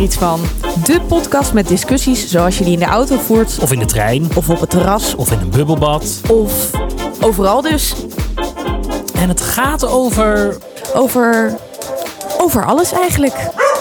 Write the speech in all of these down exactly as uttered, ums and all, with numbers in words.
er iets van. De podcast met discussies zoals je die in de auto voert. Of in de trein. Of op het terras. Of in een bubbelbad. Of overal dus. En het gaat over... Over... Over alles eigenlijk.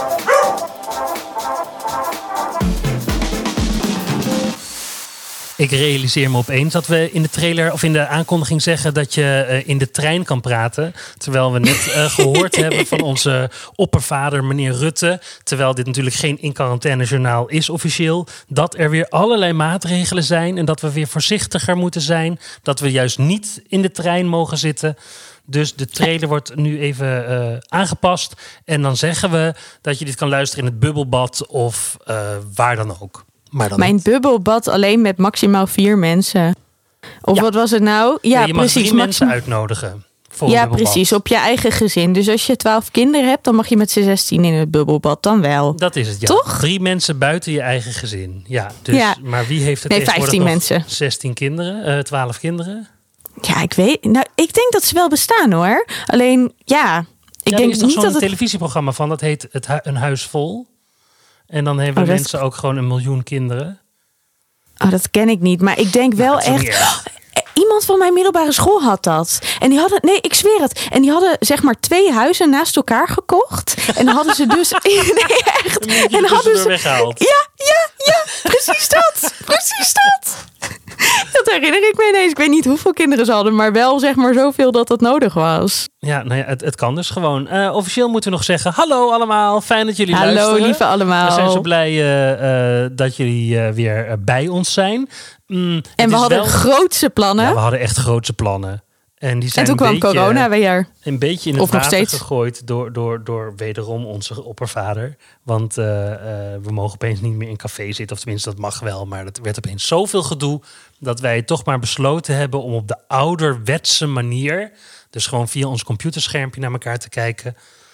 Ik realiseer me opeens dat we in de trailer of in de aankondiging zeggen dat je uh, in de trein kan praten. Terwijl we net uh, gehoord hebben van onze oppervader, meneer Rutte. Terwijl dit natuurlijk geen in quarantaine journaal is officieel. Dat er weer allerlei maatregelen zijn en dat we weer voorzichtiger moeten zijn. Dat we juist niet in de trein mogen zitten. Dus de trailer wordt nu even uh, aangepast. En dan zeggen we dat je dit kan luisteren in het bubbelbad of uh, waar dan ook. Maar dan Mijn niet. bubbelbad alleen met maximaal vier mensen. Of Ja. wat was het nou? Ja, Ja, je mag precies. drie mensen maxima- uitnodigen. Voor een Ja, bubbelbad. precies. Op je eigen gezin. Dus als je twaalf kinderen hebt, dan mag je met z'n zestien in het bubbelbad. Dan wel. Dat is het, ja. Toch? Drie mensen buiten je eigen gezin. Ja, dus, Ja. Maar wie heeft het Nee, tegenwoordig vijftien nog? mensen. zestien kinderen? Uh, twaalf kinderen? Ja, ik weet. Nou, ik denk dat ze wel bestaan hoor. Alleen, ja. Ik ja, denk er is toch niet zo'n dat het... televisieprogramma van. Dat heet het hu- Een Huis Vol. En dan hebben Oh, dat- mensen ook gewoon een miljoen kinderen. Oh, dat ken ik niet. Maar ik denk wel dat is ook echt... niet erg. Iemand van mijn middelbare school had dat. En die hadden... Nee, ik zweer het. En die hadden zeg maar twee huizen naast elkaar gekocht. En dan hadden ze dus... Nee, echt. Die En er hadden tussendoor ze... weggehaald. Ja, ja, ja. Precies dat. Precies dat. Dat herinner ik me ineens. Ik weet niet hoeveel kinderen ze hadden. Maar wel zeg maar zoveel dat dat nodig was. Ja, nou ja, het, het kan dus gewoon. Uh, officieel moeten we nog zeggen... Hallo allemaal, fijn dat jullie Hallo, luisteren. lieve allemaal. We zijn zo blij uh, uh, dat jullie uh, weer uh, bij ons zijn. Mm, En we hadden wel... grootse plannen. Ja, we hadden echt grootse plannen. En, die zijn en toen een kwam beetje, corona weer. Een beetje in het Of nog water steeds. gegooid door, door, door wederom onze oppervader. Want uh, uh, we mogen opeens niet meer in café zitten. Of tenminste, dat mag wel. Maar dat werd opeens zoveel gedoe dat wij toch maar besloten hebben om op de ouderwetse manier, dus gewoon via ons computerschermpje naar elkaar te kijken,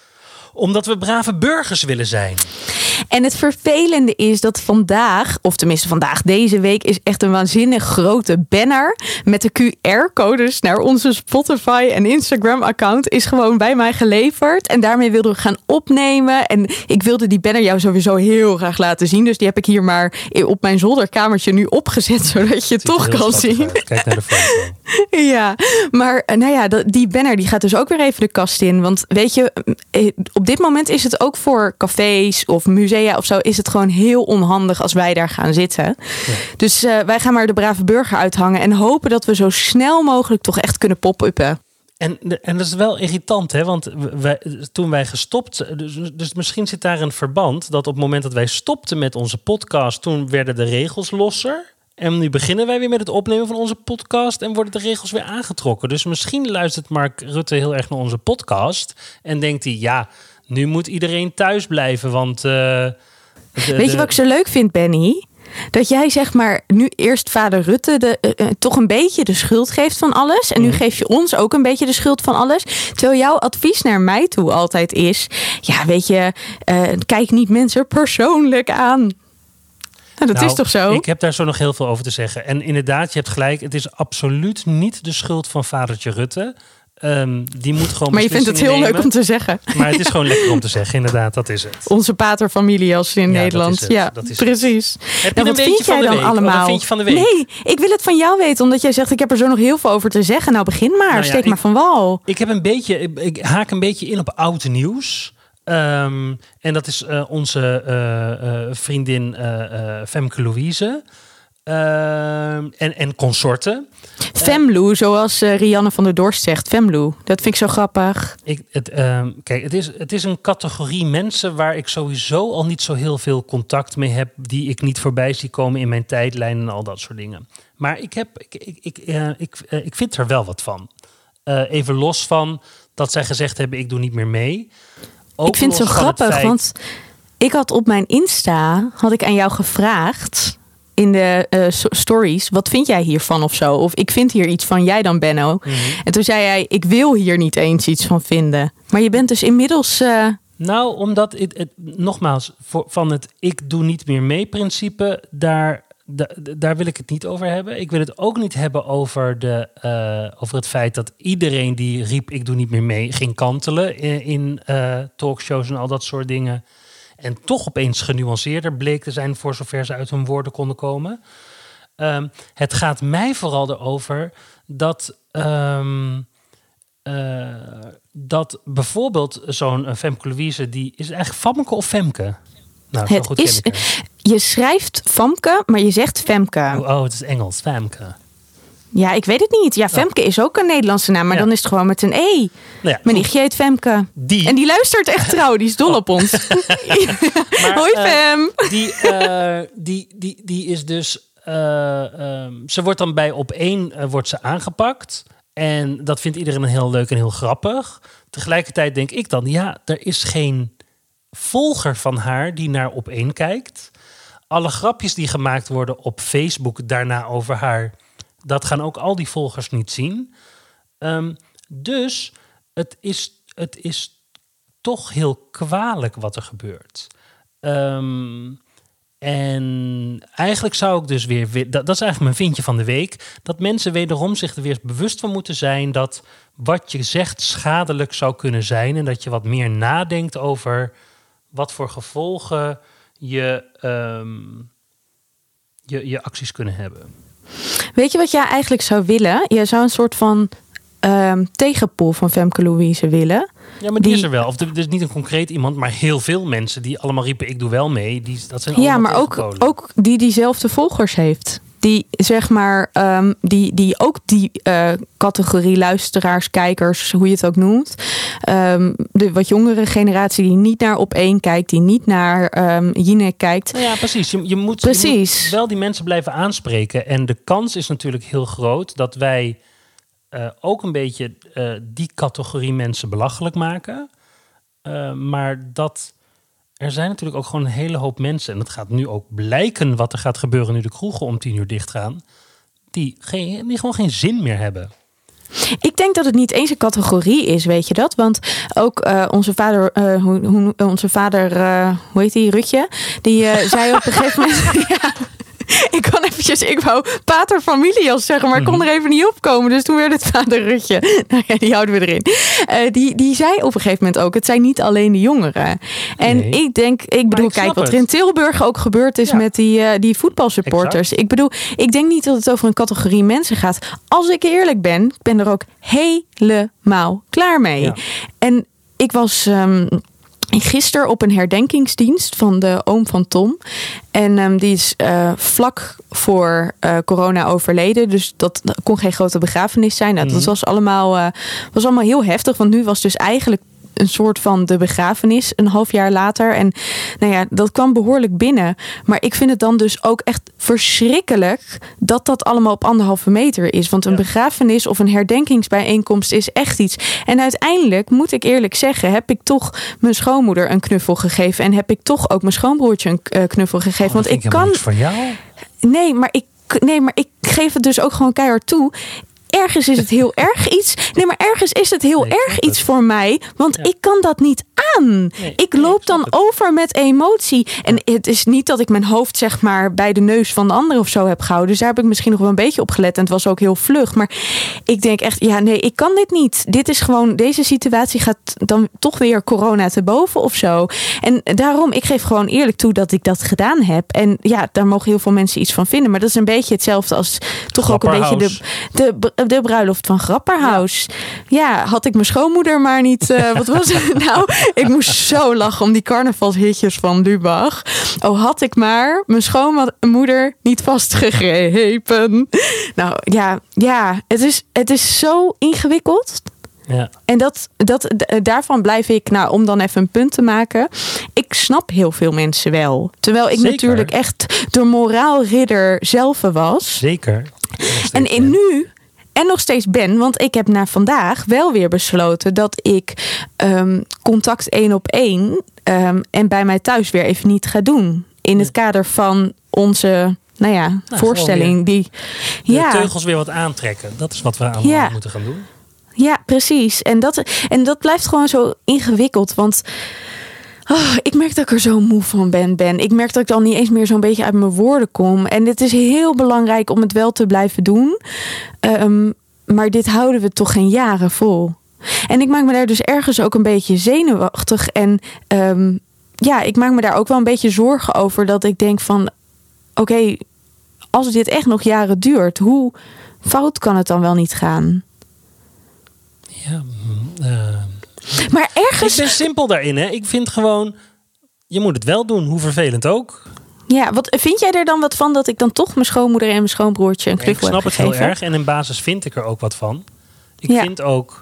omdat we brave burgers willen zijn. En het vervelende is dat vandaag, of tenminste vandaag, deze week, is echt een waanzinnig grote banner met de Q R-codes naar onze Spotify en Instagram-account is gewoon bij mij geleverd. En daarmee wilden we gaan opnemen. En ik wilde die banner jou sowieso heel graag laten zien. Dus die heb ik hier maar op mijn zolderkamertje nu opgezet, zodat je het toch kan zien. Uit. Kijk naar de foto. Ja, maar nou ja, die banner die gaat dus ook weer even de kast in. Want weet je, op dit moment is het ook voor cafés of musea of zo, is het gewoon heel onhandig als wij daar gaan zitten. Ja. Dus uh, wij gaan maar de brave burger uithangen en hopen dat we zo snel mogelijk toch echt kunnen pop-uppen. En, en dat is wel irritant, hè? Want wij, toen wij gestopt... Dus, dus misschien zit daar een verband dat op het moment dat wij stopten met onze podcast, toen werden de regels losser. En nu beginnen wij weer met het opnemen van onze podcast en worden de regels weer aangetrokken. Dus misschien luistert Mark Rutte heel erg naar onze podcast en denkt hij, ja, nu moet iedereen thuis blijven, want... Uh, de, Weet je de... wat ik zo leuk vind, Benny? Dat jij zeg maar nu eerst vader Rutte de, uh, uh, toch een beetje de schuld geeft van alles. En nu Mm. geef je ons ook een beetje de schuld van alles. Terwijl jouw advies naar mij toe altijd is, ja, weet je, uh, kijk niet mensen persoonlijk aan. Nou, dat nou, is toch zo? Ik heb daar zo nog heel veel over te zeggen. En inderdaad, je hebt gelijk. Het is absoluut niet de schuld van vadertje Rutte. Um, die moet gewoon maar je vindt het heel nemen. leuk om te zeggen. Maar het is gewoon lekker om te zeggen, inderdaad. Dat is het. Onze paterfamilie als in ja, Nederland. Dat is het, ja, dat is precies. Het. Heb nou, je wat een vind beetje jij van de dan week? allemaal? Wat vind je van de week? Nee, ik wil het van jou weten. Omdat jij zegt, ik heb er zo nog heel veel over te zeggen. Nou, begin maar. Nou ja, Steek ik, maar van wal. Ik heb een beetje, ik, ik haak een beetje in op oud nieuws. Um, en dat is uh, onze uh, uh, vriendin uh, uh, Femke Louise. Uh, en, en consorten. Femloo, zoals uh, Rianne van der Dorst zegt. Femloo, dat vind ik zo grappig. Ik, het, uh, kijk, het is, het is een categorie mensen waar ik sowieso al niet zo heel veel contact mee heb, die ik niet voorbij zie komen in mijn tijdlijn en al dat soort dingen. Maar ik, heb, ik, ik, ik, uh, ik, uh, ik vind er wel wat van. Uh, even los van dat zij gezegd hebben, ik doe niet meer mee. Ook ik vind het zo grappig, feit... want ik had op mijn Insta, had ik aan jou gevraagd in de uh, stories, wat vind jij hiervan of zo? Of ik vind hier iets van, jij dan Benno. Mm-hmm. En toen zei jij, ik wil hier niet eens iets van vinden. Maar je bent dus inmiddels... Uh... Nou, omdat, het, het, nogmaals, voor, van het ik doe niet meer mee principe, daar, da, daar wil ik het niet over hebben. Ik wil het ook niet hebben over, de, uh, over het feit dat iedereen die riep, ik doe niet meer mee, ging kantelen in, in uh, talkshows en al dat soort dingen. En toch opeens genuanceerder bleek te zijn voor zover ze uit hun woorden konden komen. Um, het gaat mij vooral erover dat... Um, uh, dat bijvoorbeeld zo'n uh, Femke Louise... die is eigenlijk Famke of Femke? Nou, het goed is, je schrijft Famke, maar je zegt Femke. Oh, oh, het is Engels, Femke. Ja, ik weet het niet. Ja, Femke oh. is ook een Nederlandse naam, maar ja. dan is het gewoon met een E. Nou ja, mijn nichtje heet Femke. Die. En die luistert echt trouw, die is dol oh. op ons. maar, Hoi uh, Fem! Die, uh, die, die, die is dus... Uh, um, ze wordt dan bij Op één uh, wordt ze aangepakt. En dat vindt iedereen heel leuk en heel grappig. Tegelijkertijd denk ik dan, ja, er is geen volger van haar die naar Op één kijkt. Alle grapjes die gemaakt worden op Facebook daarna over haar... dat gaan ook al die volgers niet zien. Um, dus het is, het is toch heel kwalijk wat er gebeurt. Um, en eigenlijk zou ik dus weer... Dat, dat is eigenlijk mijn vindje van de week. Dat mensen wederom zich er weer bewust van moeten zijn... dat wat je zegt schadelijk zou kunnen zijn... en dat je wat meer nadenkt over... wat voor gevolgen je, um, je, je acties kunnen hebben. Weet je wat jij eigenlijk zou willen? Je zou een soort van um, tegenpool van Femke Louise willen. Ja, maar die, die is er wel. Of er is niet een concreet iemand, maar heel veel mensen die allemaal riepen: ik doe wel mee. Die, dat zijn ja, maar ook, ook die diezelfde volgers heeft. Die zeg maar, um, die, die ook die uh, categorie luisteraars, kijkers, hoe je het ook noemt. Um, de wat jongere generatie die niet naar Op één kijkt, die niet naar um, Jinek kijkt. Nou ja, precies. Je, je, moet, precies. je moet wel die mensen blijven aanspreken. En de kans is natuurlijk heel groot dat wij uh, ook een beetje uh, die categorie mensen belachelijk maken. Uh, maar dat... Er zijn natuurlijk ook gewoon een hele hoop mensen... en dat gaat nu ook blijken wat er gaat gebeuren... nu de kroegen om tien uur dicht gaan... die, geen, die gewoon geen zin meer hebben. Ik denk dat het niet eens een categorie is, weet je dat? Want ook uh, onze vader, uh, hoe, hoe, onze vader, uh, hoe heet die, Rutje? Die uh, zei op een gegeven moment... ja, ik kan eventjes, ik wou pater familias zeggen, maar ik kon er even niet opkomen. Dus toen werd het vader Rutje. Nou ja, die houden we erin. Uh, die, die zei op een gegeven moment ook, het zijn niet alleen de jongeren. En nee. ik denk, ik bedoel, ik kijk wat er in Tilburg ook gebeurd is ja. met die, uh, die voetbalsupporters. Exact. Ik bedoel, ik denk niet dat het over een categorie mensen gaat. Als ik eerlijk ben, ik ben er ook helemaal klaar mee. Ja. En ik was... Um, gisteren op een herdenkingsdienst van de oom van Tom. En um, die is uh, vlak voor uh, corona overleden. Dus dat, dat kon geen grote begrafenis zijn. Nou, mm-hmm. Dat was allemaal, uh, was allemaal heel heftig. Want nu was dus eigenlijk een soort van de begrafenis een half jaar later. En nou ja, dat kwam behoorlijk binnen. Maar ik vind het dan dus ook echt verschrikkelijk dat dat allemaal op anderhalve meter is. Want een ja. begrafenis of een herdenkingsbijeenkomst is echt iets. En uiteindelijk, moet ik eerlijk zeggen, heb ik toch mijn schoonmoeder een knuffel gegeven. En heb ik toch ook mijn schoonbroertje een knuffel gegeven. Oh, want ik kan. Niks van jou? Nee, maar ik. Nee, maar ik geef het dus ook gewoon keihard toe. Ergens is het heel erg iets. Nee, maar ergens is het heel nee, erg iets voor mij. Want ja. ik kan dat niet aan. Nee, ik loop nee, ik dan het. over met emotie. En het is niet dat ik mijn hoofd zeg maar bij de neus van de ander of zo heb gehouden. Dus daar heb ik misschien nog wel een beetje op gelet. En het was ook heel vlug. Maar ik denk echt, ja nee, ik kan dit niet. Dit is gewoon, deze situatie gaat dan toch weer corona te boven of zo. En daarom, ik geef gewoon eerlijk toe dat ik dat gedaan heb. En ja, daar mogen heel veel mensen iets van vinden. Maar dat is een beetje hetzelfde als toch ook een beetje de... de De bruiloft van Grapperhaus. Ja, ja had ik mijn schoonmoeder maar niet... Uh, wat was het nou? Ik moest zo lachen om die carnavalshitjes van Lubach. Oh, had ik maar mijn schoonmoeder niet vastgegrepen. Nou ja, ja het, is, het is zo ingewikkeld. Ja. En dat, dat, daarvan blijf ik, nou, om dan even een punt te maken. Ik snap heel veel mensen wel. Terwijl ik Zeker. natuurlijk echt de moraalridder zelf was. Zeker. En in nu... En nog steeds ben, want ik heb na vandaag wel weer besloten dat ik um, contact één op één um, en bij mij thuis weer even niet ga doen. In het kader van onze, nou ja, nou, voorstelling. Die, de ja. teugels weer wat aantrekken. Dat is wat we allemaal ja. moeten gaan doen. Ja, precies. En dat, en dat blijft gewoon zo ingewikkeld, want... Oh, ik merk dat ik er zo moe van ben, Ben. Ik merk dat ik dan niet eens meer zo'n beetje uit mijn woorden kom. En het is heel belangrijk om het wel te blijven doen. Um, maar dit houden we toch geen jaren vol. En ik maak me daar dus ergens ook een beetje zenuwachtig. En um, ja, ik maak me daar ook wel een beetje zorgen over. Dat ik denk van, oké, okay, als dit echt nog jaren duurt, hoe fout kan het dan wel niet gaan? Ja, uh, maar ergens... Ik ben simpel daarin, hè. Ik vind gewoon, je moet het wel doen, hoe vervelend ook. Ja, wat vind jij er dan wat van dat ik dan toch mijn schoonmoeder en mijn schoonbroertje een knuffel heb gegeven? Ik snap het heel erg en in basis vind ik er ook wat van. Ik ja. vind ook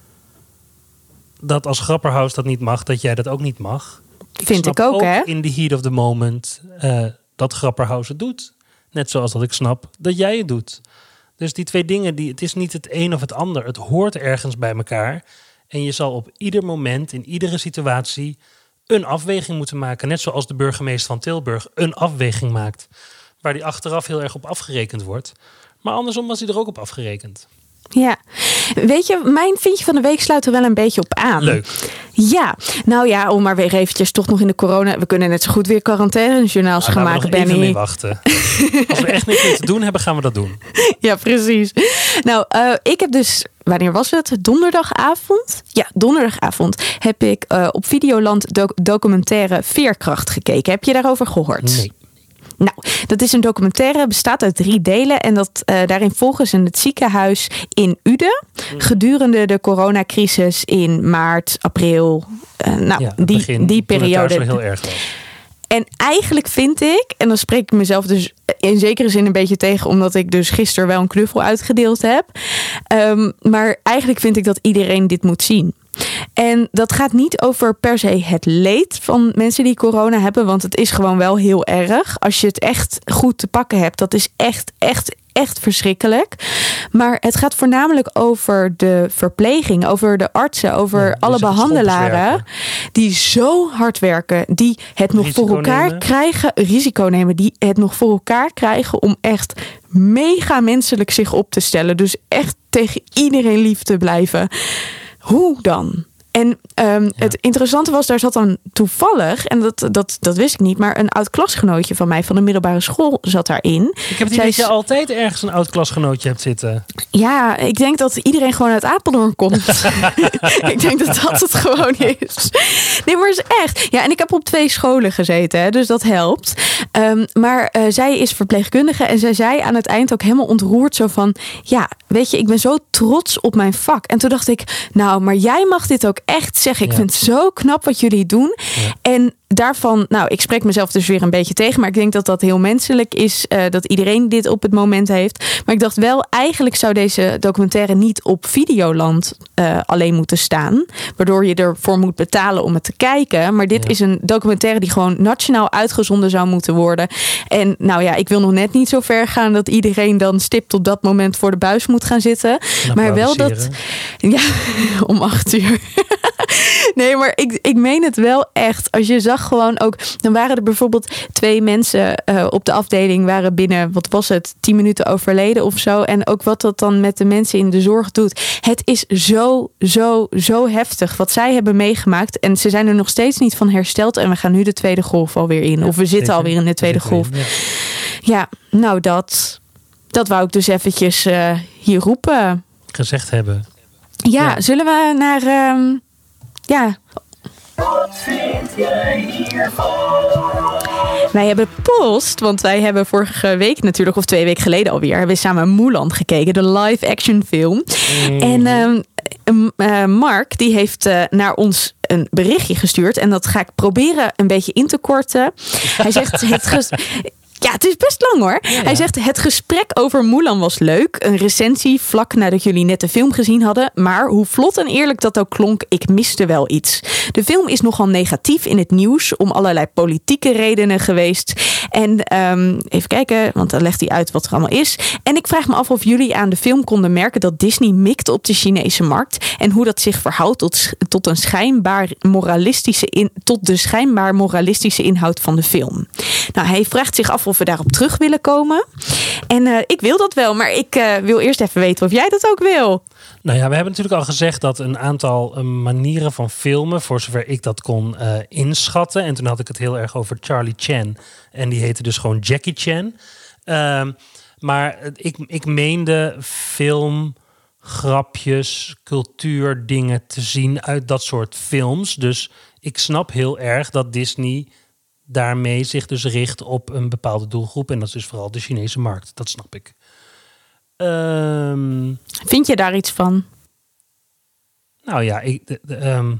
dat als Grapperhaus dat niet mag, dat jij dat ook niet mag. Ik vind ik ook, ook, hè? In the heat of the moment uh, dat Grapperhaus het doet. Net zoals dat ik snap dat jij het doet. Dus die twee dingen, die, het is niet het een of het ander. Het hoort ergens bij elkaar. En je zal op ieder moment, in iedere situatie, een afweging moeten maken. Net zoals de burgemeester van Tilburg een afweging maakt. Waar die achteraf heel erg op afgerekend wordt. Maar andersom was hij er ook op afgerekend. Ja, weet je, mijn vindje van de week sluit er wel een beetje op aan. Leuk. Ja, nou ja, om maar weer eventjes toch nog in de corona... We kunnen net zo goed weer quarantainejournaals gaan maken, Benny. Even mee wachten. Als we echt niks meer te doen hebben, gaan we dat doen. Ja, precies. Nou, uh, ik heb dus... Wanneer was het? Donderdagavond? Ja, donderdagavond heb ik uh, op Videoland doc- documentaire Veerkracht gekeken. Heb je daarover gehoord? Nee. Nou, dat is een documentaire, bestaat uit drie delen. En dat, uh, daarin volgen ze het ziekenhuis in Uden. Gedurende de coronacrisis in maart, april. Uh, nou, ja, die, begin, die periode. Toen het daar zo heel erg was. En eigenlijk vind ik, en dan spreek ik mezelf dus in zekere zin een beetje tegen, omdat ik dus gisteren wel een knuffel uitgedeeld heb. Um, maar eigenlijk vind ik dat iedereen dit moet zien. En dat gaat niet over per se het leed van mensen die corona hebben, want het is gewoon wel heel erg. Als je het echt goed te pakken hebt, dat is echt, echt, echt verschrikkelijk. Maar het gaat voornamelijk over de verpleging, over de artsen, over ja, alle behandelaren die zo hard werken, die het nog risico voor elkaar nemen. krijgen, risico nemen, die het nog voor elkaar krijgen om echt mega menselijk zich op te stellen. Dus echt tegen iedereen lief te blijven. Hoe dan? En um, ja. het interessante was, daar zat dan toevallig, en dat, dat, dat wist ik niet, maar een oud klasgenootje van mij van de middelbare school zat daarin. Ik heb het idee dat je altijd ergens een oud klasgenootje hebt zitten. Ja, ik denk dat iedereen gewoon uit Apeldoorn komt. Ik denk dat dat het gewoon is. Nee, maar is echt. Ja, en ik heb op twee scholen gezeten, hè, dus dat helpt. Um, maar uh, zij is verpleegkundige en zij zei aan het eind ook helemaal ontroerd zo van, ja, weet je, ik ben zo trots op mijn vak. En toen dacht ik, nou, maar jij mag dit ook echt zeggen. Ik ja. vind het zo knap wat jullie doen. Ja. En daarvan, nou, ik spreek mezelf dus weer een beetje tegen, maar ik denk dat dat heel menselijk is, uh, dat iedereen dit op het moment heeft. Maar ik dacht wel, eigenlijk zou deze documentaire niet op Videoland uh, alleen moeten staan, waardoor je ervoor moet betalen om het te kijken. Maar dit ja. is een documentaire die gewoon nationaal uitgezonden zou moeten worden. En nou ja, ik wil nog net niet zo ver gaan dat iedereen dan stipt op dat moment voor de buis moet gaan zitten. Maar wel dat, ja, om acht uur. Nee, maar ik, ik meen het wel echt. Als je zag gewoon ook, dan waren er bijvoorbeeld twee mensen uh, op de afdeling waren binnen, wat was het, tien minuten overleden of zo. En ook wat dat dan met de mensen in de zorg doet. Het is zo, zo, zo heftig wat zij hebben meegemaakt. En ze zijn er nog steeds niet van hersteld. En we gaan nu de tweede golf alweer in. Ja, of we zitten zeker. alweer in de tweede golf. In, ja. ja, nou dat, dat wou ik dus eventjes uh, hier roepen. Gezegd hebben. Ja, ja. Zullen we naar... Um, Ja. Wat vind jij hiervan? Wij hebben post, want wij hebben vorige week natuurlijk, of twee weken geleden alweer, hebben we samen Mulan gekeken, de live-action film. Mm. En uh, uh, Mark, die heeft uh, naar ons een berichtje gestuurd. En dat ga ik proberen een beetje in te korten. Hij zegt, het ges- Ja, het is best lang hoor. Ja, ja. Hij zegt, het gesprek over Mulan was leuk. Een recensie vlak nadat jullie net de film gezien hadden. Maar hoe vlot en eerlijk dat ook klonk, ik miste wel iets. De film is nogal negatief in het nieuws om allerlei politieke redenen geweest. En um, even kijken, want dan legt hij uit wat er allemaal is. En ik vraag me af of jullie aan de film konden merken dat Disney mikt op de Chinese markt. En hoe dat zich verhoudt tot, tot, een schijnbaar moralistische in, tot de schijnbaar moralistische inhoud van de film. Nou, hij vraagt zich af of we daarop terug willen komen. En uh, ik wil dat wel, maar ik uh, wil eerst even weten of jij dat ook wil. Nou ja, we hebben natuurlijk al gezegd dat een aantal uh, manieren van filmen, voor zover ik dat kon uh, inschatten. En toen had ik het heel erg over Charlie Chan. En die heette dus gewoon Jackie Chan. Uh, maar ik, ik meende film grapjes, cultuurdingen te zien uit dat soort films. Dus ik snap heel erg dat Disney daarmee zich dus richt op een bepaalde doelgroep. En dat is dus vooral de Chinese markt. Dat snap ik. Um, Vind je daar iets van? Nou ja, ik, de, de, um,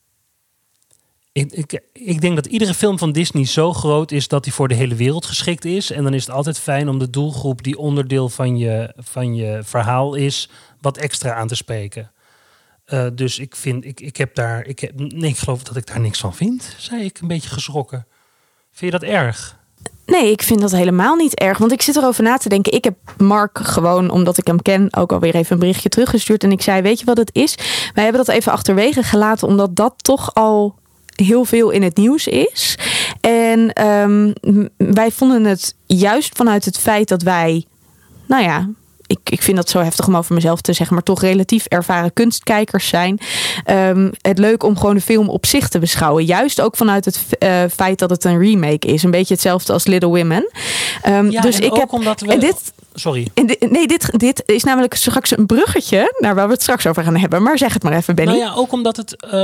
ik, ik, ik denk dat iedere film van Disney zo groot is dat hij voor de hele wereld geschikt is. En dan is het altijd fijn om de doelgroep die onderdeel van je, van je verhaal is, wat extra aan te spreken. Uh, dus ik vind, ik, ik heb daar, ik heb, nee, ik geloof dat ik daar niks van vind, zei ik een beetje geschrokken. Vind je dat erg? Nee, ik vind dat helemaal niet erg. Want ik zit erover na te denken. Ik heb Mark gewoon, omdat ik hem ken, ook alweer even een berichtje teruggestuurd. En ik zei, weet je wat het is? Wij hebben dat even achterwege gelaten, omdat dat toch al heel veel in het nieuws is. En um, wij vonden het juist vanuit het feit dat wij, nou ja, Ik, ik vind dat zo heftig om over mezelf te zeggen, maar toch relatief ervaren kunstkijkers zijn. Um, het leuk om gewoon de film op zich te beschouwen. Juist ook vanuit het uh, feit dat het een remake is. Een beetje hetzelfde als Little Women. Um, ja, dus en ik ook heb, omdat we... en dit, Sorry. en dit, nee, dit, dit is namelijk straks een bruggetje naar waar we het straks over gaan hebben. Maar zeg het maar even, Benny. Nou ja, ook omdat het... Uh,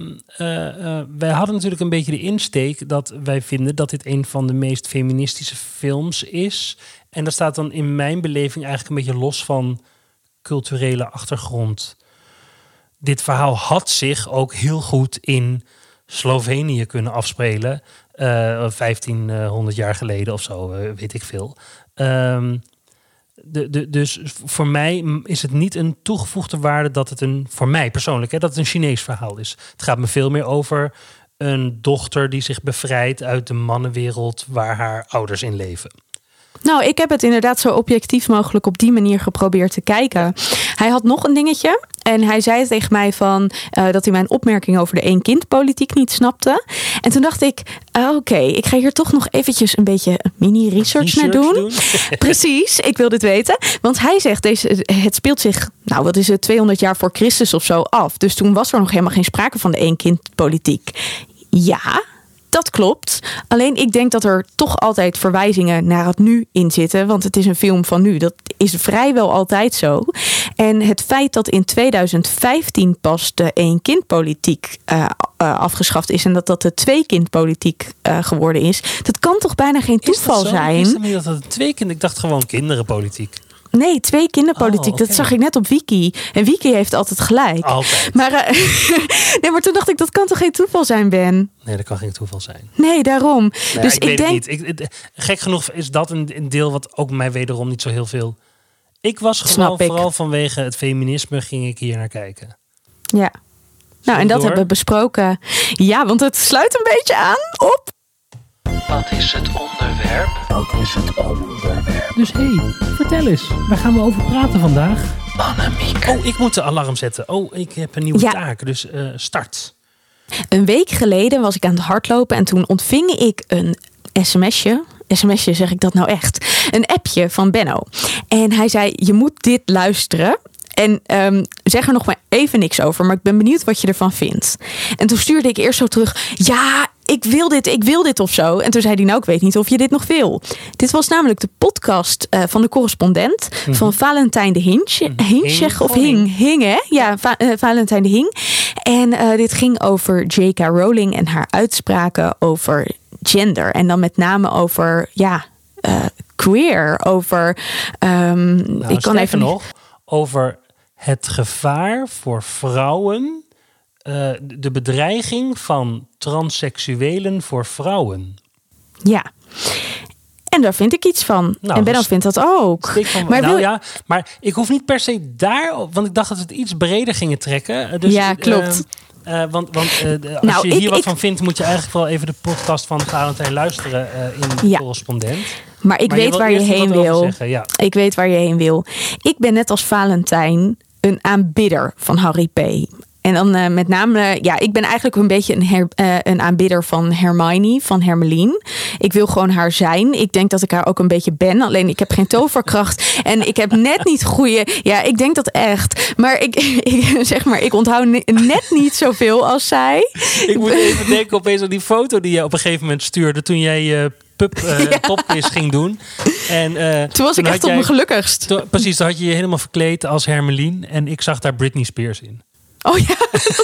uh, uh, wij hadden natuurlijk een beetje de insteek dat wij vinden dat dit een van de meest feministische films is. En dat staat dan in mijn beleving eigenlijk een beetje los van culturele achtergrond. Dit verhaal had zich ook heel goed in Slovenië kunnen afspelen. Uh, vijftienhonderd jaar geleden of zo, uh, weet ik veel. Um, de, de, dus voor mij is het niet een toegevoegde waarde dat het een, voor mij persoonlijk, hè, dat het een Chinees verhaal is. Het gaat me veel meer over een dochter die zich bevrijdt uit de mannenwereld waar haar ouders in leven. Nou, ik heb het inderdaad zo objectief mogelijk op die manier geprobeerd te kijken. Hij had nog een dingetje. En hij zei tegen mij van uh, dat hij mijn opmerking over de één-kind-politiek niet snapte. En toen dacht ik, uh, oké, okay, ik ga hier toch nog eventjes een beetje mini-research naar doen. doen. Precies, ik wil dit weten. Want hij zegt, deze, het speelt zich, nou wat is het, tweehonderd jaar voor Christus of zo af. Dus toen was er nog helemaal geen sprake van de één-kind-politiek. Ja, dat klopt. Alleen ik denk dat er toch altijd verwijzingen naar het nu in zitten. Want het is een film van nu. Dat is vrijwel altijd zo. En het feit dat in tweeduizend vijftien pas de één-kind-politiek uh, uh, afgeschaft is. En dat dat de twee-kind-politiek uh, geworden is. Dat kan toch bijna geen toeval is dat zo? zijn? Is dat niet dat het twee kind? Ik dacht gewoon kinderenpolitiek. Nee, twee kinderpolitiek. Oh, okay. Dat zag ik net op Wiki. En Wiki heeft altijd gelijk. Altijd. Maar, uh, nee, maar toen dacht ik, dat kan toch geen toeval zijn, Ben? Nee, dat kan geen toeval zijn. Nee, daarom. Nee, dus ik, ik weet denk. het niet. Ik, gek genoeg is dat een, een deel wat ook mij wederom niet zo heel veel. Ik was gewoon ik. vooral vanwege het feminisme ging ik hier naar kijken. Ja. Nou, en dat door? hebben we besproken. Ja, want het sluit een beetje aan op. Wat is het onderwerp? Wat is het onderwerp? Dus hé, hey, vertel eens. Waar gaan we over praten vandaag? Annemiek. Oh, ik moet de alarm zetten. Oh, ik heb een nieuwe ja. taak. Dus uh, start. Een week geleden was ik aan het hardlopen en toen ontving ik een sms'je. sms'je, zeg ik dat nou echt? Een appje van Benno. En hij zei, je moet dit luisteren. En um, zeg er nog maar even niks over, maar ik ben benieuwd wat je ervan vindt. En toen stuurde ik eerst zo terug, ja, ik wil dit, ik wil dit of zo. En toen zei hij, nou, ik weet niet of je dit nog wil. Dit was namelijk de podcast uh, van de correspondent mm-hmm. van Valentijn de Hinch. Mm-hmm. Hinch of Hing? Hing, hè? Ja, Va- uh, Valentijn de Hing. En uh, dit ging over J K. Rowling en haar uitspraken over gender. En dan met name over, ja, uh, queer. Over, um, nou, ik kan even nog, over het gevaar voor vrouwen, uh, de bedreiging van transseksuelen voor vrouwen. Ja. En daar vind ik iets van. Nou, en Benno dus vindt dat ook. Van, maar nou wil... ja, maar ik hoef niet per se daar, want ik dacht dat we het iets breder gingen trekken. Dus, ja, klopt. Uh, uh, want want uh, als nou, je hier ik, wat ik... van vindt, moet je eigenlijk wel even de podcast van Valentijn luisteren uh, in de ja. correspondent. Maar ik maar weet je waar je heen wil. Ja. Ik weet waar je heen wil. Ik ben net als Valentijn een aanbidder van Harry P. En dan uh, met name, uh, ja, ik ben eigenlijk een beetje een, her, uh, een aanbidder van Hermione, van Hermeline. Ik wil gewoon haar zijn. Ik denk dat ik haar ook een beetje ben. Alleen ik heb geen toverkracht. En ik heb net niet goede. Ja, ik denk dat echt. Maar ik, ik zeg maar, ik onthoud net niet zoveel als zij. Ik moet even denken opeens aan die foto die je op een gegeven moment stuurde toen jij je pub, uh, Ja. popquiz ging doen. En, uh, Toen was ik had echt op jij- mijn gelukkigst. Toen, precies, toen had je je helemaal verkleed als Hermelien. En ik zag daar Britney Spears in. Oh ja.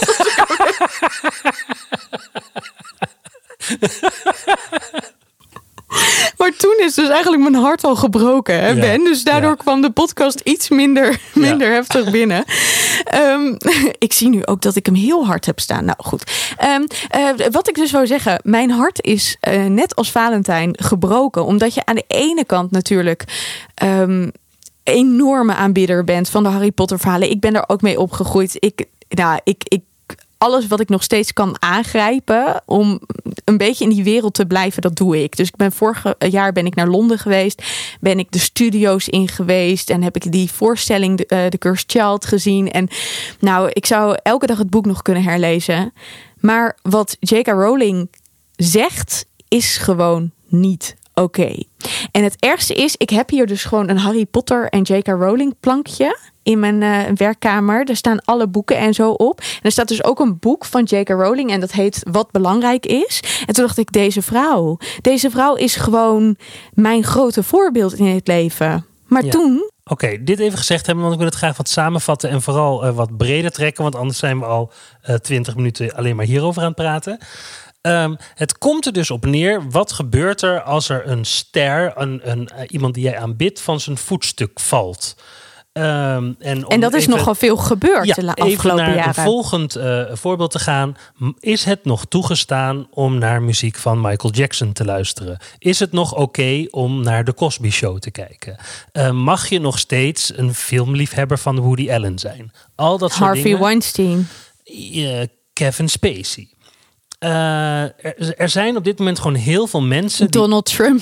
Maar toen is dus eigenlijk mijn hart al gebroken, hè, Ja, Ben? Dus daardoor ja. kwam de podcast iets minder, minder heftig binnen. Um, ik zie nu ook dat ik hem heel hard heb staan. Nou goed. Um, uh, wat ik dus wou zeggen. Mijn hart is uh, net als Valentijn gebroken. Omdat je aan de ene kant natuurlijk... Um, enorme aanbidder bent van de Harry Potter verhalen. Ik ben daar ook mee opgegroeid. Ik, nou, ik, ik, alles wat ik nog steeds kan aangrijpen om een beetje in die wereld te blijven, dat doe ik. Dus ik ben vorig jaar ben ik naar Londen geweest, ben ik de studio's in geweest en heb ik die voorstelling de, uh, The Cursed Child gezien. En nou, ik zou elke dag het boek nog kunnen herlezen. Maar wat J K Rowling zegt, is gewoon niet oké. Okay. En het ergste is, ik heb hier dus gewoon een Harry Potter en J K Rowling plankje in mijn uh, werkkamer. Er staan alle boeken en zo op. En er staat dus ook een boek van J K Rowling en dat heet Wat belangrijk is. En toen dacht ik, deze vrouw, deze vrouw is gewoon mijn grote voorbeeld in het leven. Maar ja. toen... Oké, okay, dit even gezegd hebben, want ik wil het graag wat samenvatten en vooral uh, wat breder trekken, want anders zijn we al twintig uh, minuten alleen maar hierover aan het praten. Um, het komt er dus op neer, wat gebeurt er als er een ster, een, een, uh, iemand die jij aanbidt, van zijn voetstuk valt? Um, en, en dat is even, nogal veel gebeurd ja, de afgelopen even naar jaren. een volgend uh, voorbeeld te gaan. Is het nog toegestaan om naar muziek van Michael Jackson te luisteren? Is het nog oké okay om naar de Cosby Show te kijken? Uh, mag je nog steeds een filmliefhebber van Woody Allen zijn? Al dat soort Harvey dingen. Weinstein. Uh, Kevin Spacey. Uh, er, er zijn op dit moment gewoon heel veel mensen... Donald die, Trump.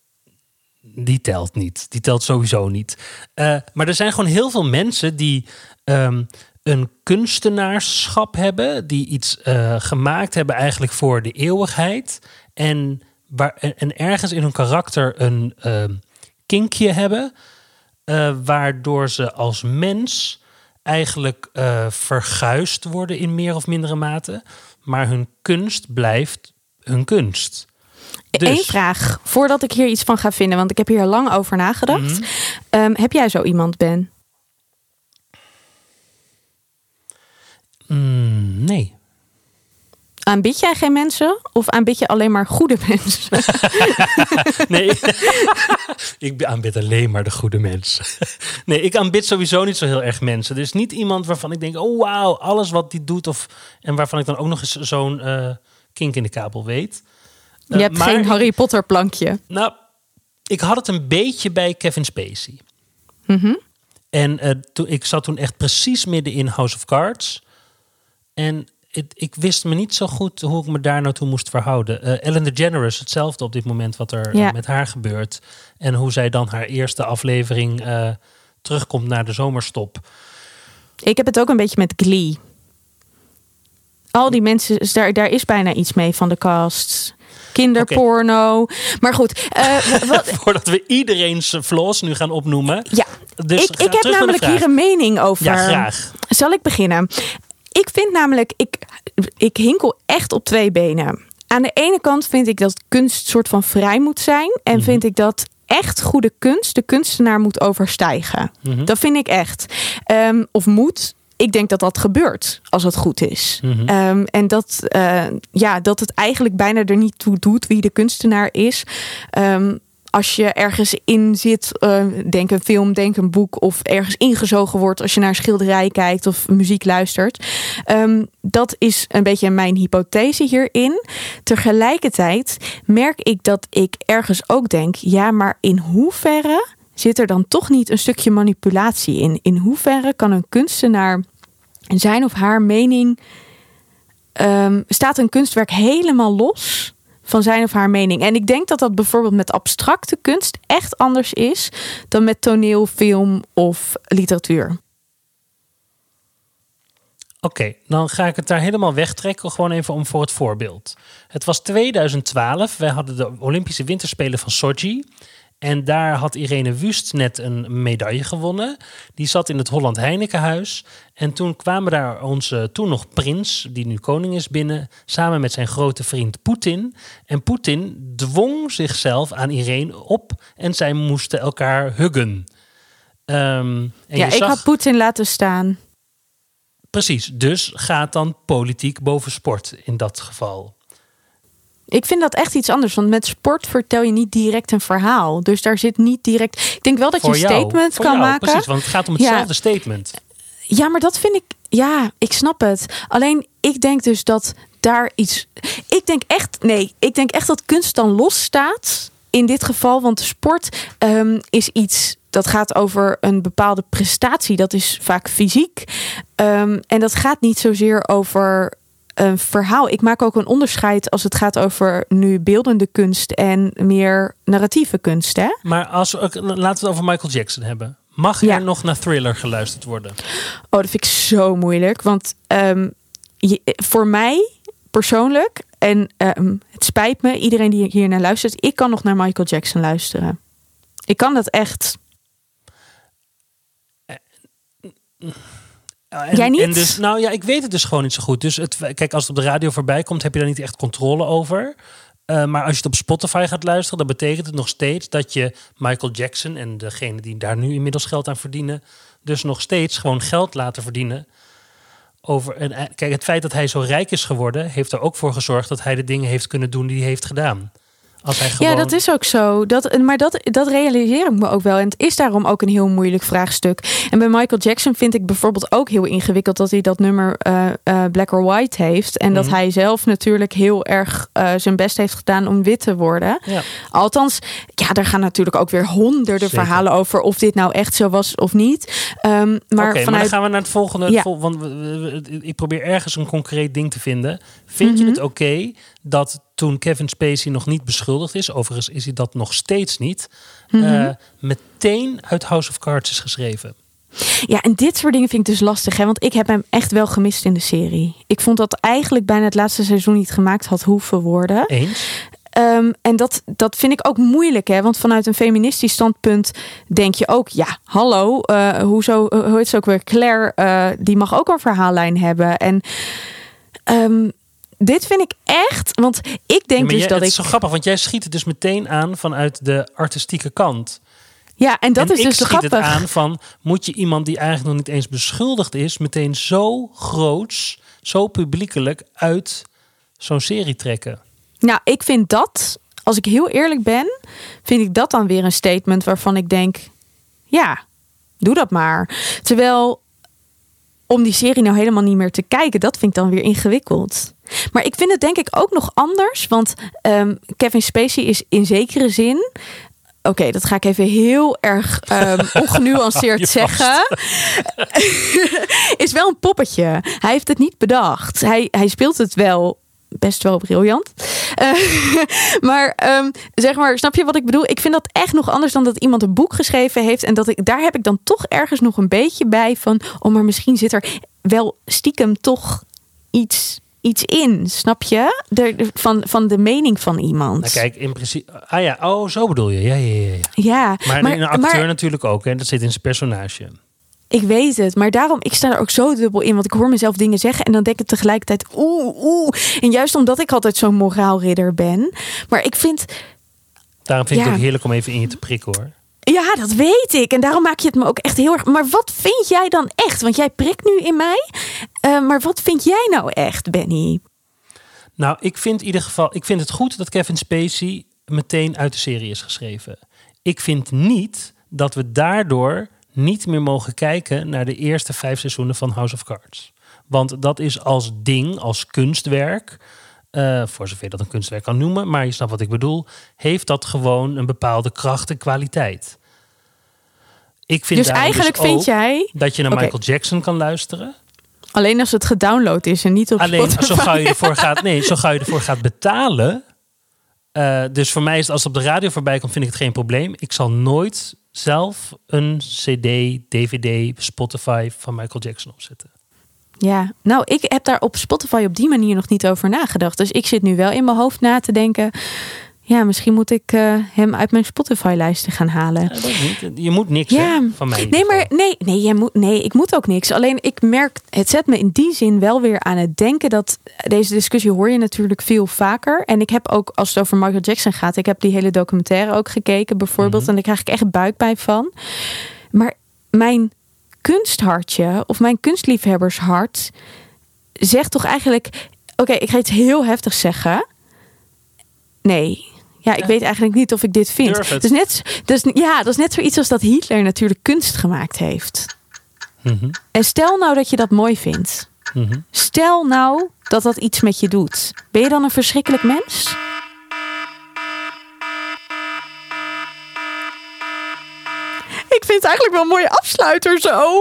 Die telt niet. Die telt sowieso niet. Uh, maar er zijn gewoon heel veel mensen die um, een kunstenaarschap hebben. Die iets uh, gemaakt hebben eigenlijk voor de eeuwigheid. En, waar, en, en ergens in hun karakter een uh, kinkje hebben. Uh, waardoor ze als mens eigenlijk uh, verguisd worden in meer of mindere mate. Maar hun kunst blijft hun kunst. Dus. Eén Dus. vraag, voordat ik hier iets van ga vinden, want ik heb hier lang over nagedacht. Mm-hmm. Um, heb jij zo iemand, Ben? Mm, nee. Aanbid jij geen mensen? Of aanbid je alleen maar goede mensen? Nee, ik aanbid alleen maar de goede mensen. Nee, ik aanbid sowieso niet zo heel erg mensen. Er is niet iemand waarvan ik denk, oh wauw, alles wat die doet. Of, en waarvan ik dan ook nog eens zo'n uh, kink in de kabel weet. Uh, Je hebt maar geen ik, Harry Potter plankje. Nou, ik had het een beetje bij Kevin Spacey. Mm-hmm. En uh, to, ik zat toen echt precies midden in House of Cards. En het, ik wist me niet zo goed hoe ik me daar nou toe moest verhouden. Uh, Ellen DeGeneres, hetzelfde op dit moment wat er ja. uh, met haar gebeurt. En hoe zij dan haar eerste aflevering uh, terugkomt naar de zomerstop. Ik heb het ook een beetje met Glee. Al die mensen, daar, daar is bijna iets mee van de cast. Kinderporno. Okay. Maar goed. Uh, wat... Voordat we iedereen's flaws nu gaan opnoemen. Ja, dus ik, ik heb namelijk hier een mening over. Ja, graag. Zal ik beginnen? Ik vind namelijk, ik, ik hinkel echt op twee benen. Aan de ene kant vind ik dat kunst soort van vrij moet zijn. En mm-hmm. vind ik dat echt goede kunst de kunstenaar moet overstijgen. Mm-hmm. Dat vind ik echt. Um, of moet. Ik denk dat dat gebeurt als het goed is. Mm-hmm. Um, en dat, uh, ja, dat het eigenlijk bijna er niet toe doet wie de kunstenaar is. Um, als je ergens in zit, uh, denk een film, denk een boek, of ergens ingezogen wordt als je naar een schilderij kijkt of muziek luistert. Um, dat is een beetje mijn hypothese hierin. Tegelijkertijd merk ik dat ik ergens ook denk, ja, maar in hoeverre zit er dan toch niet een stukje manipulatie in? In hoeverre kan een kunstenaar zijn of haar mening, um, staat een kunstwerk helemaal los van zijn of haar mening? En ik denk dat dat bijvoorbeeld met abstracte kunst echt anders is dan met toneel, film of literatuur. Oké, okay, dan ga ik het daar helemaal wegtrekken, gewoon even om voor het voorbeeld. Het was tweeduizend twaalf, wij hadden de Olympische Winterspelen van Sochi. En daar had Irene Wust net een medaille gewonnen. Die zat in het Holland Heinekenhuis. En toen kwamen daar onze toen nog prins, die nu koning is, binnen, samen met zijn grote vriend Poetin. En Poetin dwong zichzelf aan Irene op en zij moesten elkaar huggen. Um, en ja, je ik zag... had Poetin laten staan. Precies, dus gaat dan politiek boven sport in dat geval. Ik vind dat echt iets anders, want met sport vertel je niet direct een verhaal. Dus daar zit niet direct... Ik denk wel dat Voor je een jou, statement voor kan jou, maken. Precies, want het gaat om hetzelfde Ja. statement. Ja, maar dat vind ik... Ja, ik snap het. Alleen, ik denk dus dat daar iets... Ik denk echt... Nee, ik denk echt dat kunst dan los staat in dit geval. Want de sport um, is iets... Dat gaat over een bepaalde prestatie. Dat is vaak fysiek. Um, en dat gaat niet zozeer over een verhaal. Ik maak ook een onderscheid als het gaat over nu beeldende kunst en meer narratieve kunst. Hè? Maar als we, laten we het over Michael Jackson hebben. Mag er Ja. nog naar Thriller geluisterd worden? Oh, dat vind ik zo moeilijk. Want um, je, voor mij persoonlijk, en um, het spijt me, iedereen die hier naar luistert, ik kan nog naar Michael Jackson luisteren. Ik kan dat echt. En, Jij niet? En dus, nou ja, ik weet het dus gewoon niet zo goed. Dus het, kijk, als het op de radio voorbij komt, heb je daar niet echt controle over. Uh, maar als je het op Spotify gaat luisteren, dan betekent het nog steeds dat je Michael Jackson en degene die daar nu inmiddels geld aan verdienen, dus nog steeds gewoon geld laten verdienen. Over, en kijk, het feit dat hij zo rijk is geworden, heeft er ook voor gezorgd dat hij de dingen heeft kunnen doen die hij heeft gedaan. Als hij gewoon... Ja, dat is ook zo. Dat, maar dat, dat realiseer ik me ook wel. En het is daarom ook een heel moeilijk vraagstuk. En bij Michael Jackson vind ik bijvoorbeeld ook heel ingewikkeld dat hij dat nummer uh, uh, Black or White heeft. En mm-hmm. dat hij zelf natuurlijk heel erg uh, zijn best heeft gedaan om wit te worden. Ja. Althans, ja, daar gaan natuurlijk ook weer honderden Zeker. verhalen over of dit nou echt zo was of niet. Um, maar Oké, okay, vanuit... maar dan gaan we naar het volgende. Ja. Vol, want we, we, we, ik probeer ergens een concreet ding te vinden. Vind mm-hmm. je het oké okay dat toen Kevin Spacey nog niet beschuldigd is, overigens is hij dat nog steeds niet, mm-hmm. uh, meteen uit House of Cards is geschreven? Ja, en dit soort dingen vind ik dus lastig, hè? Want ik heb hem echt wel gemist in de serie. Ik vond dat eigenlijk bijna het laatste seizoen niet gemaakt had hoeven worden. Eens? Um, en dat, dat vind ik ook moeilijk, hè? Want vanuit een feministisch standpunt denk je ook, ja, hallo, uh, hoezo, hoe heet ze ook weer, Claire, uh, die mag ook een verhaallijn hebben. En um, dit vind ik echt, want ik denk ja, dus jij, dat het ik... is zo grappig, want jij schiet het dus meteen aan vanuit de artistieke kant. Ja, en dat en is dus ik grappig. schiet het aan van, moet je iemand die eigenlijk nog niet eens beschuldigd is, meteen zo groots, zo publiekelijk uit zo'n serie trekken? Nou, ik vind dat, als ik heel eerlijk ben, vind ik dat dan weer een statement waarvan ik denk, ja, doe dat maar. Terwijl, om die serie nou helemaal niet meer te kijken, dat vind ik dan weer ingewikkeld. Maar ik vind het denk ik ook nog anders, want um, Kevin Spacey is in zekere zin... Oké, okay, dat ga ik even heel erg um, ongenuanceerd zeggen. Is wel een poppetje. Hij heeft het niet bedacht. Hij, hij speelt het wel best wel briljant. Uh, maar um, zeg maar, snap je wat ik bedoel? Ik vind dat echt nog anders dan dat iemand een boek geschreven heeft. En dat ik, daar heb ik dan toch ergens nog een beetje bij van... oh, maar misschien zit er wel stiekem toch iets... iets in, snap je? De, van, van de mening van iemand. Nou kijk, in principe... Ah ja, oh, zo bedoel je. Ja, ja, ja. ja. ja maar, maar een acteur maar, natuurlijk ook. En dat zit in zijn personage. Ik weet het, maar daarom, ik sta er ook zo dubbel in. Want ik hoor mezelf dingen zeggen en dan denk ik tegelijkertijd... oeh, oeh. En juist omdat ik altijd zo'n moraalridder ben. Maar ik vind... Daarom vind ja, ik het ook heerlijk om even in je te prikken, hoor. Ja, dat weet ik. En daarom maak je het me ook echt heel erg... Maar wat vind jij dan echt? Want jij prikt nu in mij. Uh, maar wat vind jij nou echt, Benny? Nou, ik vind in ieder geval... Ik vind het goed dat Kevin Spacey meteen uit de serie is geschreven. Ik vind niet dat we daardoor niet meer mogen kijken naar de eerste vijf seizoenen van House of Cards. Want dat is als ding, als kunstwerk... Uh, voor zover je dat een kunstwerk kan noemen, maar je snapt wat ik bedoel, heeft dat gewoon een bepaalde kracht en kwaliteit. Ik vind dus eigenlijk dus vind jij dat je naar okay. Michael Jackson kan luisteren. Alleen als het gedownload is en niet op Alleen Spotify. zo gauw je ervoor gaat, nee, zo gauw je ervoor gaat betalen. Uh, dus voor mij is het, als het op de radio voorbij komt, vind ik het geen probleem. Ik zal nooit zelf een C D, D V D, Spotify van Michael Jackson opzetten. Ja, nou, ik heb daar op Spotify op die manier nog niet over nagedacht. Dus ik zit nu wel in mijn hoofd na te denken... Ja, misschien moet ik uh, hem uit mijn Spotify-lijsten gaan halen. Ja, dat niet. Je moet niks ja. hè, van mij. Nee, maar nee, nee, jij moet, nee, ik moet ook niks. Alleen ik merk, het zet me in die zin wel weer aan het denken dat deze discussie hoor je natuurlijk veel vaker. En ik heb ook, als het over Michael Jackson gaat, ik heb die hele documentaire ook gekeken bijvoorbeeld. Mm-hmm. En daar krijg ik echt buikpijn van. Maar mijn kunsthartje of mijn kunstliefhebbershart zegt toch eigenlijk, oké, okay, ik ga iets heel heftigs zeggen. Nee. Ja, ik ja. weet eigenlijk niet of ik dit vind. Durf het. Dus net, dus, ja, dat is net zoiets als dat Hitler natuurlijk kunst gemaakt heeft. Mm-hmm. En stel nou dat je dat mooi vindt. Mm-hmm. Stel nou dat dat iets met je doet. Ben je dan een verschrikkelijk mens? Ik vind het eigenlijk wel een mooie afsluiter zo.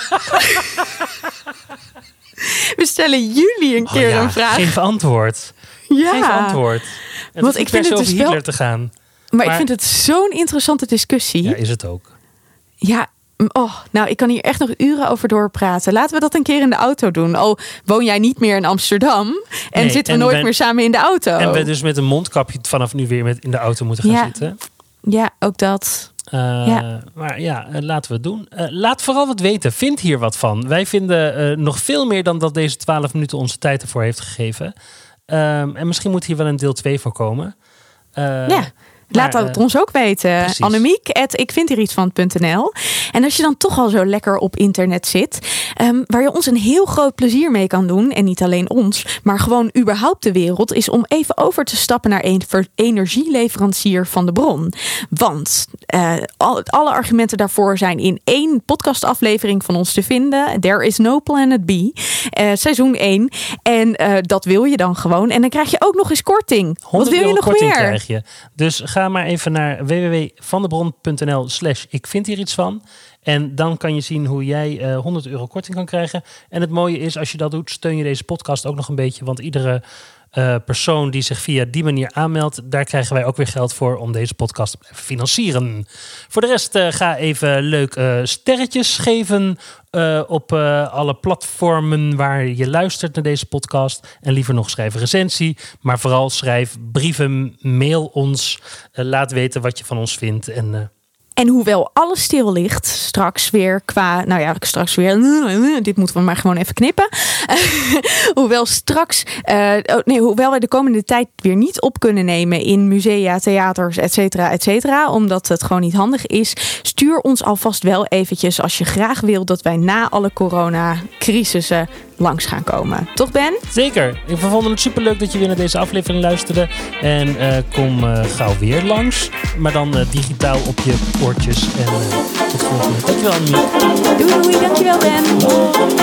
We stellen jullie een keer oh ja, een vraag. Geef antwoord. Ja. Geef antwoord. Het Want ik vind het over dus Hitler wel... te gaan. Maar, maar ik vind het zo'n interessante discussie. Ja, is het ook. Ja, oh, nou, ik kan hier echt nog uren over doorpraten. Laten we dat een keer in de auto doen. Al woon jij niet meer in Amsterdam en nee, zitten we en nooit ben, meer samen in de auto. En we dus met een mondkapje vanaf nu weer met in de auto moeten gaan ja. zitten. Ja, ook dat. Uh, ja. Maar ja, uh, laten we het doen. Uh, laat vooral wat weten. Vind hier wat van. Wij vinden uh, nog veel meer dan dat deze twaalf minuten onze tijd ervoor heeft gegeven. Um, en misschien moet hier wel een deel twee voor komen. Uh, ja. Laat maar, het ons ook weten. Precies. Annemiek, at ik vind hier iets van punt n l. En als je dan toch al zo lekker op internet zit, um, waar je ons een heel groot plezier mee kan doen, en niet alleen ons, maar gewoon überhaupt de wereld, is om even over te stappen naar een energieleverancier van de bron. Want uh, al, alle argumenten daarvoor zijn in één podcastaflevering van ons te vinden. There is no planet B. Uh, seizoen één. En uh, dat wil je dan gewoon. En dan krijg je ook nog eens korting. Wat wil je nog korting meer? Krijg je. Dus ga Ga maar even naar w w w punt vandebron punt n l slash ik vind hier iets van. En dan kan je zien hoe jij uh, honderd euro korting kan krijgen. En het mooie is, als je dat doet, steun je deze podcast ook nog een beetje. Want iedere uh, persoon die zich via die manier aanmeldt, daar krijgen wij ook weer geld voor om deze podcast te blijven financieren. Voor de rest uh, ga even leuk uh, sterretjes geven uh, op uh, alle platformen waar je luistert naar deze podcast. En liever nog schrijf een recensie. Maar vooral schrijf brieven, mail ons. Uh, laat weten wat je van ons vindt. En... Uh, En hoewel alles stil ligt, straks weer qua... Nou ja, straks weer... Dit moeten we maar gewoon even knippen. hoewel straks... Uh, nee, hoewel wij de komende tijd weer niet op kunnen nemen in musea, theaters, et cetera, et cetera. Omdat het gewoon niet handig is. Stuur ons alvast wel eventjes als je graag wil dat wij na alle coronacrisissen langs gaan komen. Toch, Ben? Zeker. Ik vond het superleuk dat je weer naar deze aflevering luisterde. En uh, kom uh, gauw weer langs. Maar dan uh, digitaal op je oortjes. En uh, tot volgende. Dankjewel, Annemiek. Doei, doei. Dankjewel, Ben.